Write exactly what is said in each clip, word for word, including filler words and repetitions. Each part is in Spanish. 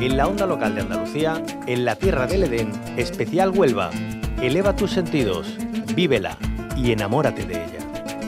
En la onda local de Andalucía, en la tierra del Edén, especial Huelva. Eleva tus sentidos, vívela y enamórate de ella.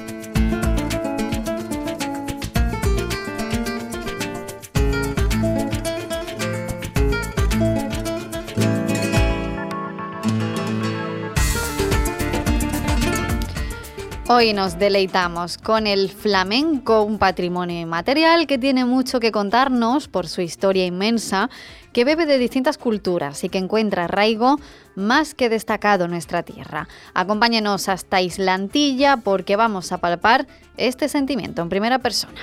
Hoy nos deleitamos con el flamenco, un patrimonio inmaterial que tiene mucho que contarnos por su historia inmensa, que bebe de distintas culturas y que encuentra arraigo más que destacado en nuestra tierra. Acompáñenos hasta Islantilla porque vamos a palpar este sentimiento en primera persona.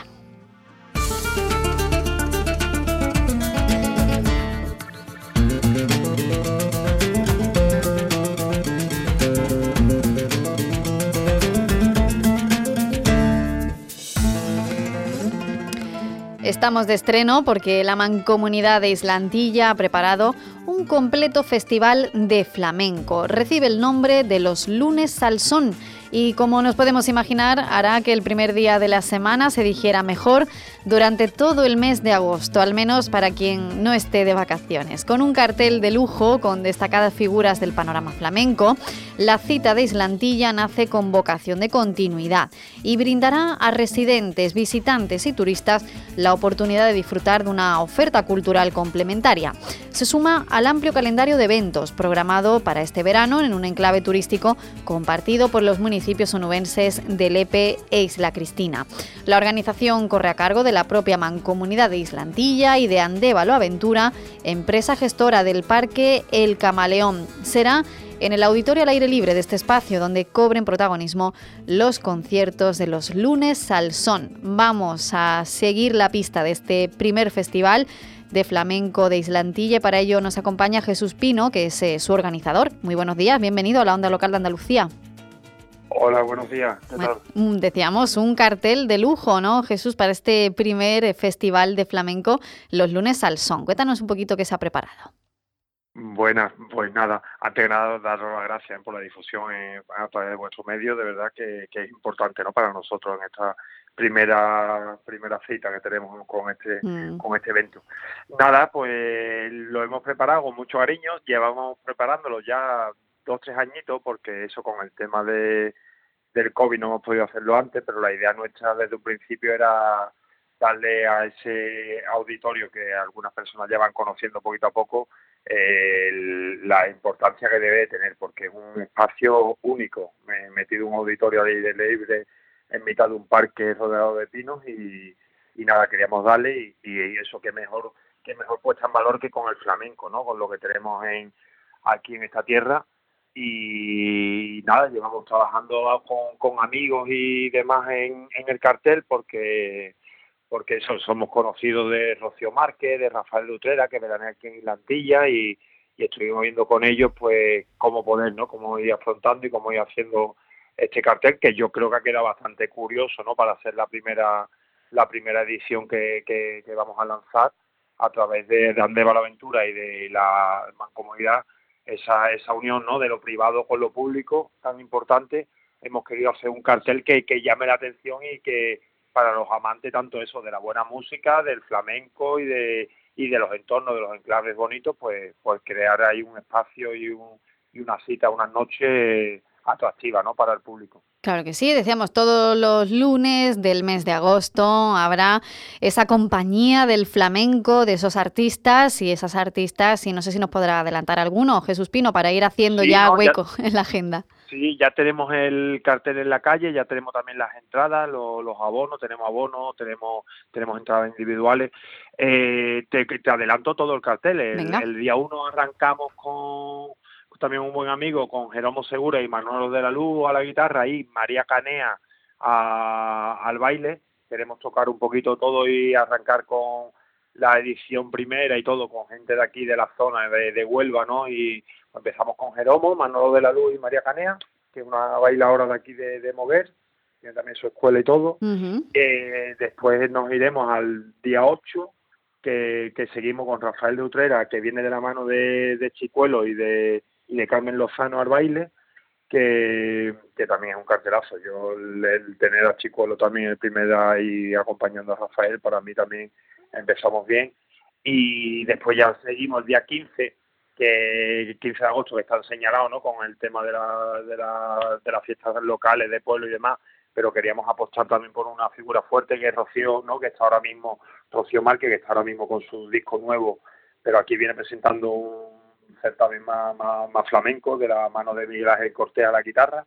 Estamos de estreno porque la Mancomunidad de Islantilla ha preparado un completo festival de flamenco. Recibe el nombre de los Lunes Salsón y, como nos podemos imaginar, hará que el primer día de la semana se digiera mejor durante todo el mes de agosto, al menos para quien no esté de vacaciones. Con un cartel de lujo con destacadas figuras del panorama flamenco, la cita de Islantilla nace con vocación de continuidad y brindará a residentes, visitantes y turistas la oportunidad de disfrutar de una oferta cultural complementaria. Se suma al amplio calendario de eventos programado para este verano en un enclave turístico compartido por los municipios onubenses de Lepe e Isla Cristina. La organización corre a cargo de la propia Mancomunidad de Islantilla y de Andévalo Aventura, empresa gestora del Parque El Camaleón. Será en el auditorio al aire libre de este espacio donde cobren protagonismo los conciertos de los Lunes Salsón. Vamos a seguir la pista de este primer festival de flamenco de Islantilla y para ello nos acompaña Jesús Pino, que es eh, su organizador. Muy buenos días, bienvenido a la Onda Local de Andalucía. Hola, buenos días. ¿Qué bueno, tal? Decíamos un cartel de lujo, ¿no, Jesús, para este primer festival de flamenco, los Lunes Salsón? Cuéntanos un poquito qué se ha preparado. Buenas, pues nada, antes de nada daros las gracias por la difusión eh, a través de vuestro medio, de verdad que, que es importante, ¿no?, para nosotros en esta primera primera cita que tenemos con este mm. con este evento. Nada, pues lo hemos preparado con mucho cariño, llevamos preparándolo ya dos, tres añitos, porque eso con el tema de del COVID no hemos podido hacerlo antes, pero la idea nuestra desde un principio era darle a ese auditorio que algunas personas ya van conociendo poquito a poco eh, el, la importancia que debe tener, porque es un espacio único. Me he metido un auditorio al aire libre en mitad de un parque rodeado de pinos y, y nada, queríamos darle y, y eso que mejor que mejor puesta en valor que con el flamenco, ¿no?, con lo que tenemos en aquí en esta tierra. Y nada, llevamos trabajando con, con amigos y demás en, en el cartel porque porque eso, somos conocidos de Rocío Márquez, de Rafael de Utrera, que veranea aquí en Islantilla, y, y estuvimos viendo con ellos pues cómo poder, ¿no?, cómo ir afrontando y cómo ir haciendo este cartel, que yo creo que ha quedado bastante curioso, ¿no?, para hacer la primera la primera edición que, que, que vamos a lanzar a través de, de Andévalo Aventura y de la Mancomunidad, esa esa unión, ¿no?, de lo privado con lo público tan importante. Hemos querido hacer un cartel que, que llame la atención y que para los amantes tanto eso de la buena música, del flamenco y de y de los entornos, de los enclaves bonitos, pues pues crear ahí un espacio y un y una cita, una noche atractiva, ¿no?, para el público. Claro que sí, decíamos, todos los lunes del mes de agosto habrá esa compañía del flamenco, de esos artistas y esas artistas, y no sé si nos podrá adelantar alguno, Jesús Pino, para ir haciendo sí, ya no, hueco ya, en la agenda. Sí, ya tenemos el cartel en la calle, ya tenemos también las entradas, los, los abonos, tenemos abonos, tenemos tenemos entradas individuales. Eh, te, te adelanto todo el cartel. El, el día uno arrancamos con también un buen amigo, con Jeromo Segura y Manolo de la Luz a la guitarra y María Canea a, al baile. Queremos tocar un poquito todo y arrancar con la edición primera y todo, con gente de aquí de la zona de, de Huelva, ¿no? Y empezamos con Jeromo, Manolo de la Luz y María Canea, que es una bailadora de aquí de, de Moguer, tiene también su escuela y todo. Uh-huh. Eh, después nos iremos al día ocho, que, que seguimos con Rafael de Utrera, que viene de la mano de, de Chicuelo y de, y de Carmen Lozano al baile, que, que también es un cartelazo. Yo el, el tener a Chicuelo también el primer día y acompañando a Rafael, para mí también empezamos bien. y después ya seguimos el día quince, que el quince de agosto, que está señalado, ¿no?, con el tema de, la, de, la, de las fiestas locales de pueblo y demás, pero queríamos apostar también por una figura fuerte que es Rocío, ¿no?, que está ahora mismo, Rocío Márquez, que está ahora mismo con su disco nuevo, pero aquí viene presentando un certamen más, más, más flamenco, de la mano de Miguel Ángel Cortés a la guitarra.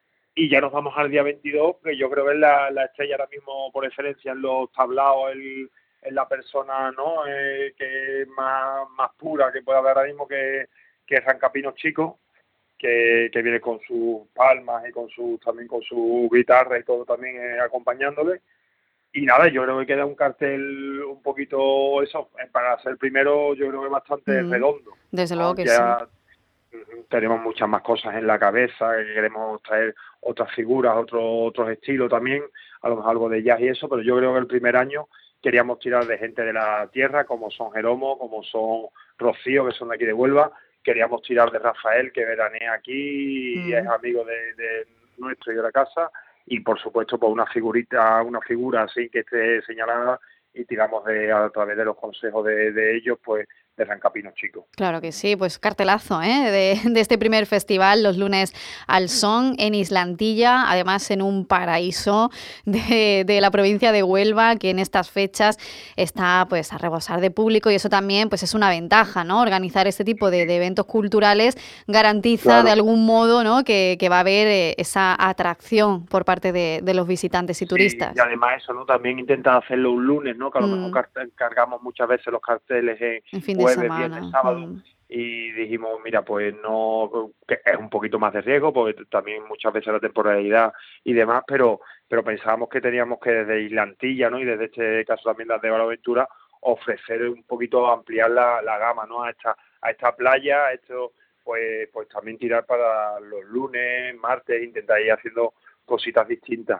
Y ya nos vamos al día veintidós, que yo creo que es la, la estrella ahora mismo por excelencia en los tablaos, el, en la persona, ¿no?, eh, que es más, más pura que puede haber ahora mismo, que, que es Rancapino Chico, que, que viene con sus palmas y con su, también con su guitarra y todo también eh, acompañándole. Y nada, yo creo que queda un cartel un poquito, eso, para ser primero, yo creo que bastante mm, redondo. Desde luego que ya sí. Tenemos muchas más cosas en la cabeza, que queremos traer otras figuras, otros otros estilos también, a lo mejor algo de jazz y eso, pero yo creo que el primer año queríamos tirar de gente de la tierra, como son Jeromo, como son Rocío, que son de aquí de Huelva, queríamos tirar de Rafael, que veranea aquí y mm. es amigo de, de nuestro y de la casa, y por supuesto pues una figurita, una figura así que esté señalada, y tiramos de a través de los consejos de, de ellos, pues de Rancapino Chico. Claro que sí, pues cartelazo, ¿eh? de, de este primer festival, los lunes al son en Islantilla, además en un paraíso de, de la provincia de Huelva, que en estas fechas está pues a rebosar de público, y eso también pues es una ventaja, ¿no? Organizar este tipo de, de eventos culturales garantiza claro. de algún modo, ¿no?, que, que va a haber eh, esa atracción por parte de, de los visitantes y turistas. Sí, y además eso, ¿no?, también intentan hacerlo un lunes, ¿no?, que a lo mm. mejor cargamos muchas veces los carteles en, en fin de jueves, semana. viernes, sábado, mm. y dijimos, mira, pues no, que es un poquito más de riesgo, porque también muchas veces la temporalidad y demás, pero pero pensábamos que teníamos que desde Islantilla, ¿no?, y desde este caso también las de Valaventura, ofrecer un poquito, ampliar la, la gama, ¿no?, a esta a esta playa, a esto, pues pues también tirar para los lunes, martes, intentar ir haciendo cositas distintas.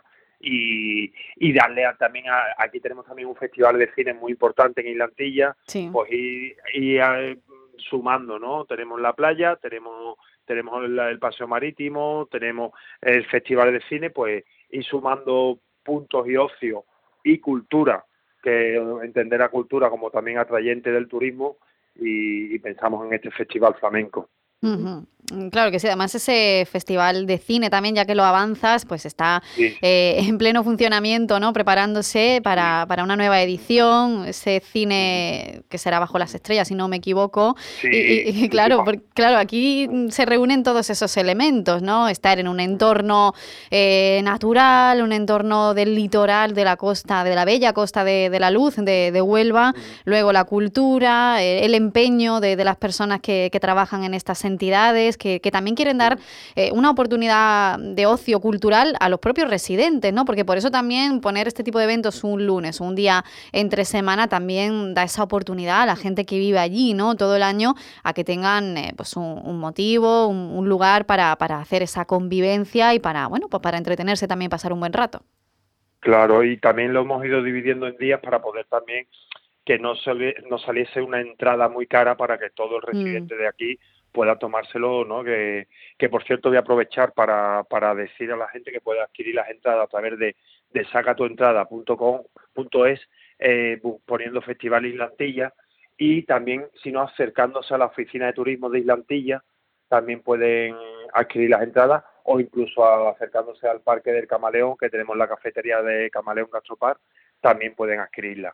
Y, y darle a, también a, aquí tenemos también un festival de cine muy importante en Islantilla, sí. pues y, y a, sumando, ¿no? Tenemos la playa, tenemos tenemos el, el paseo marítimo, tenemos el festival de cine, pues ir sumando puntos y ocio y cultura, que entender la cultura como también atrayente del turismo, y, y pensamos en este festival flamenco. Uh-huh. Claro que sí, además ese festival de cine también, ya que lo avanzas, pues está sí. eh, en pleno funcionamiento, ¿no?, preparándose para, para una nueva edición, ese cine que será Bajo las estrellas, si no me equivoco, sí, y, y, y claro, porque, claro, aquí se reúnen todos esos elementos, ¿no?, estar en un entorno eh, natural, un entorno del litoral, de la costa, de la bella costa de, de la Luz, de, de Huelva, uh-huh. luego la cultura, eh, el empeño de, de las personas que, que trabajan en estas entidades, Que, que también quieren dar eh, una oportunidad de ocio cultural a los propios residentes, ¿no? Porque por eso también poner este tipo de eventos un lunes, un día entre semana, también da esa oportunidad a la gente que vive allí, ¿no?, todo el año, a que tengan eh, pues un, un motivo, un, un lugar para, para hacer esa convivencia y para, bueno, pues para entretenerse también, pasar un buen rato. Claro, y también lo hemos ido dividiendo en días para poder también que no, sali- no saliese una entrada muy cara para que todo el residente mm. de aquí pueda tomárselo, ¿no? Que, que por cierto voy a aprovechar para, para decir a la gente que puede adquirir las entradas a través de, de saca tu entrada punto com punto es, eh, poniendo Festival Islantilla, y también, si no, acercándose a la oficina de turismo de Islantilla, también pueden adquirir las entradas, o incluso a, acercándose al Parque del Camaleón, que tenemos la cafetería de Camaleón Gastropar, también pueden adquirirla.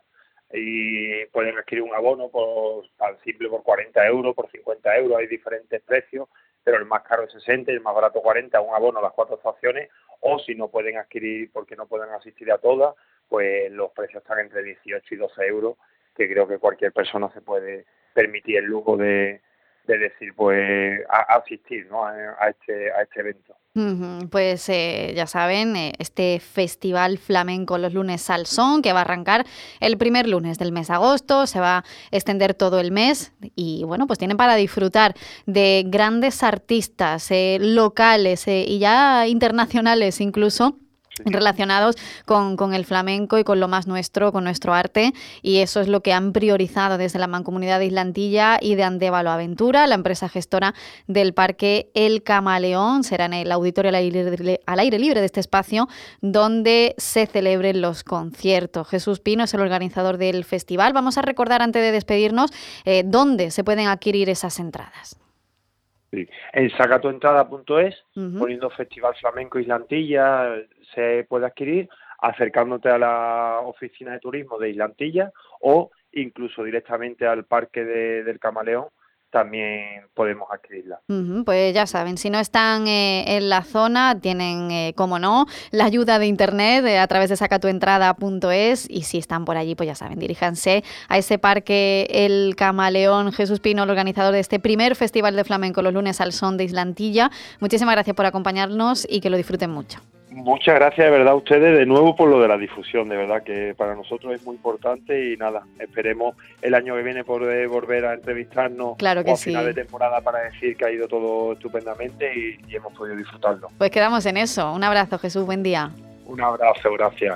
Y pueden adquirir un abono por tan simple por cuarenta euros, por cincuenta euros, hay diferentes precios, pero el más caro es sesenta y el más barato cuarenta, un abono a las cuatro estaciones, o si no pueden adquirir porque no pueden asistir a todas, pues los precios están entre dieciocho y doce euros, que creo que cualquier persona se puede permitir el lujo de, de decir, pues, a, a asistir, ¿no?, a, a este a este evento. Uh-huh. Pues eh, ya saben, eh, este festival flamenco los lunes al son, que va a arrancar el primer lunes del mes de agosto, se va a extender todo el mes, y bueno, pues tienen para disfrutar de grandes artistas eh, locales eh, y ya internacionales incluso, sí. relacionados con, con el flamenco y con lo más nuestro, con nuestro arte, y eso es lo que han priorizado desde la Mancomunidad de Islantilla y de Andévalo Aventura, la empresa gestora del Parque El Camaleón. Será en el auditorio al aire, al aire libre de este espacio donde se celebren los conciertos. Jesús Pino es el organizador del festival. Vamos a recordar antes de despedirnos eh, dónde se pueden adquirir esas entradas. Sí. En saca tu entrada punto es, Uh-huh. poniendo Festival Flamenco Islantilla, se puede adquirir acercándote a la oficina de turismo de Islantilla o incluso directamente al Parque de, del Camaleón, también podemos adquirirla. Uh-huh, pues ya saben, si no están eh, en la zona, tienen, eh, como no, la ayuda de internet eh, a través de saca tu entrada punto es, y si están por allí, pues ya saben, diríjanse a ese Parque El Camaleón. Jesús Pino, el organizador de este primer Festival de Flamenco los lunes al son de Islantilla. Muchísimas gracias por acompañarnos y que lo disfruten mucho. Muchas gracias de verdad a ustedes de nuevo por lo de la difusión, de verdad que para nosotros es muy importante y nada, esperemos el año que viene poder volver a entrevistarnos Claro que o a sí. final de temporada para decir que ha ido todo estupendamente y, y hemos podido disfrutarlo. Pues quedamos en eso. Un abrazo, Jesús, buen día. Un abrazo, gracias.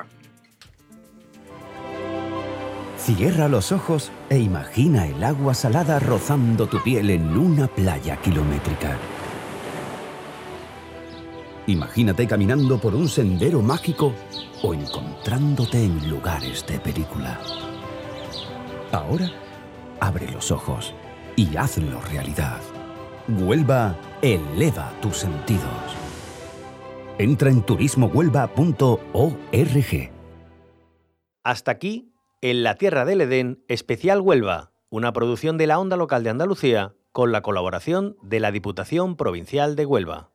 Cierra los ojos e imagina el agua salada rozando tu piel en una playa kilométrica. Imagínate caminando por un sendero mágico o encontrándote en lugares de película. Ahora, abre los ojos y hazlo realidad. Huelva eleva tus sentidos. Entra en turismo huelva punto org. Hasta aquí, En la Tierra del Edén, especial Huelva, una producción de la Onda Local de Andalucía con la colaboración de la Diputación Provincial de Huelva.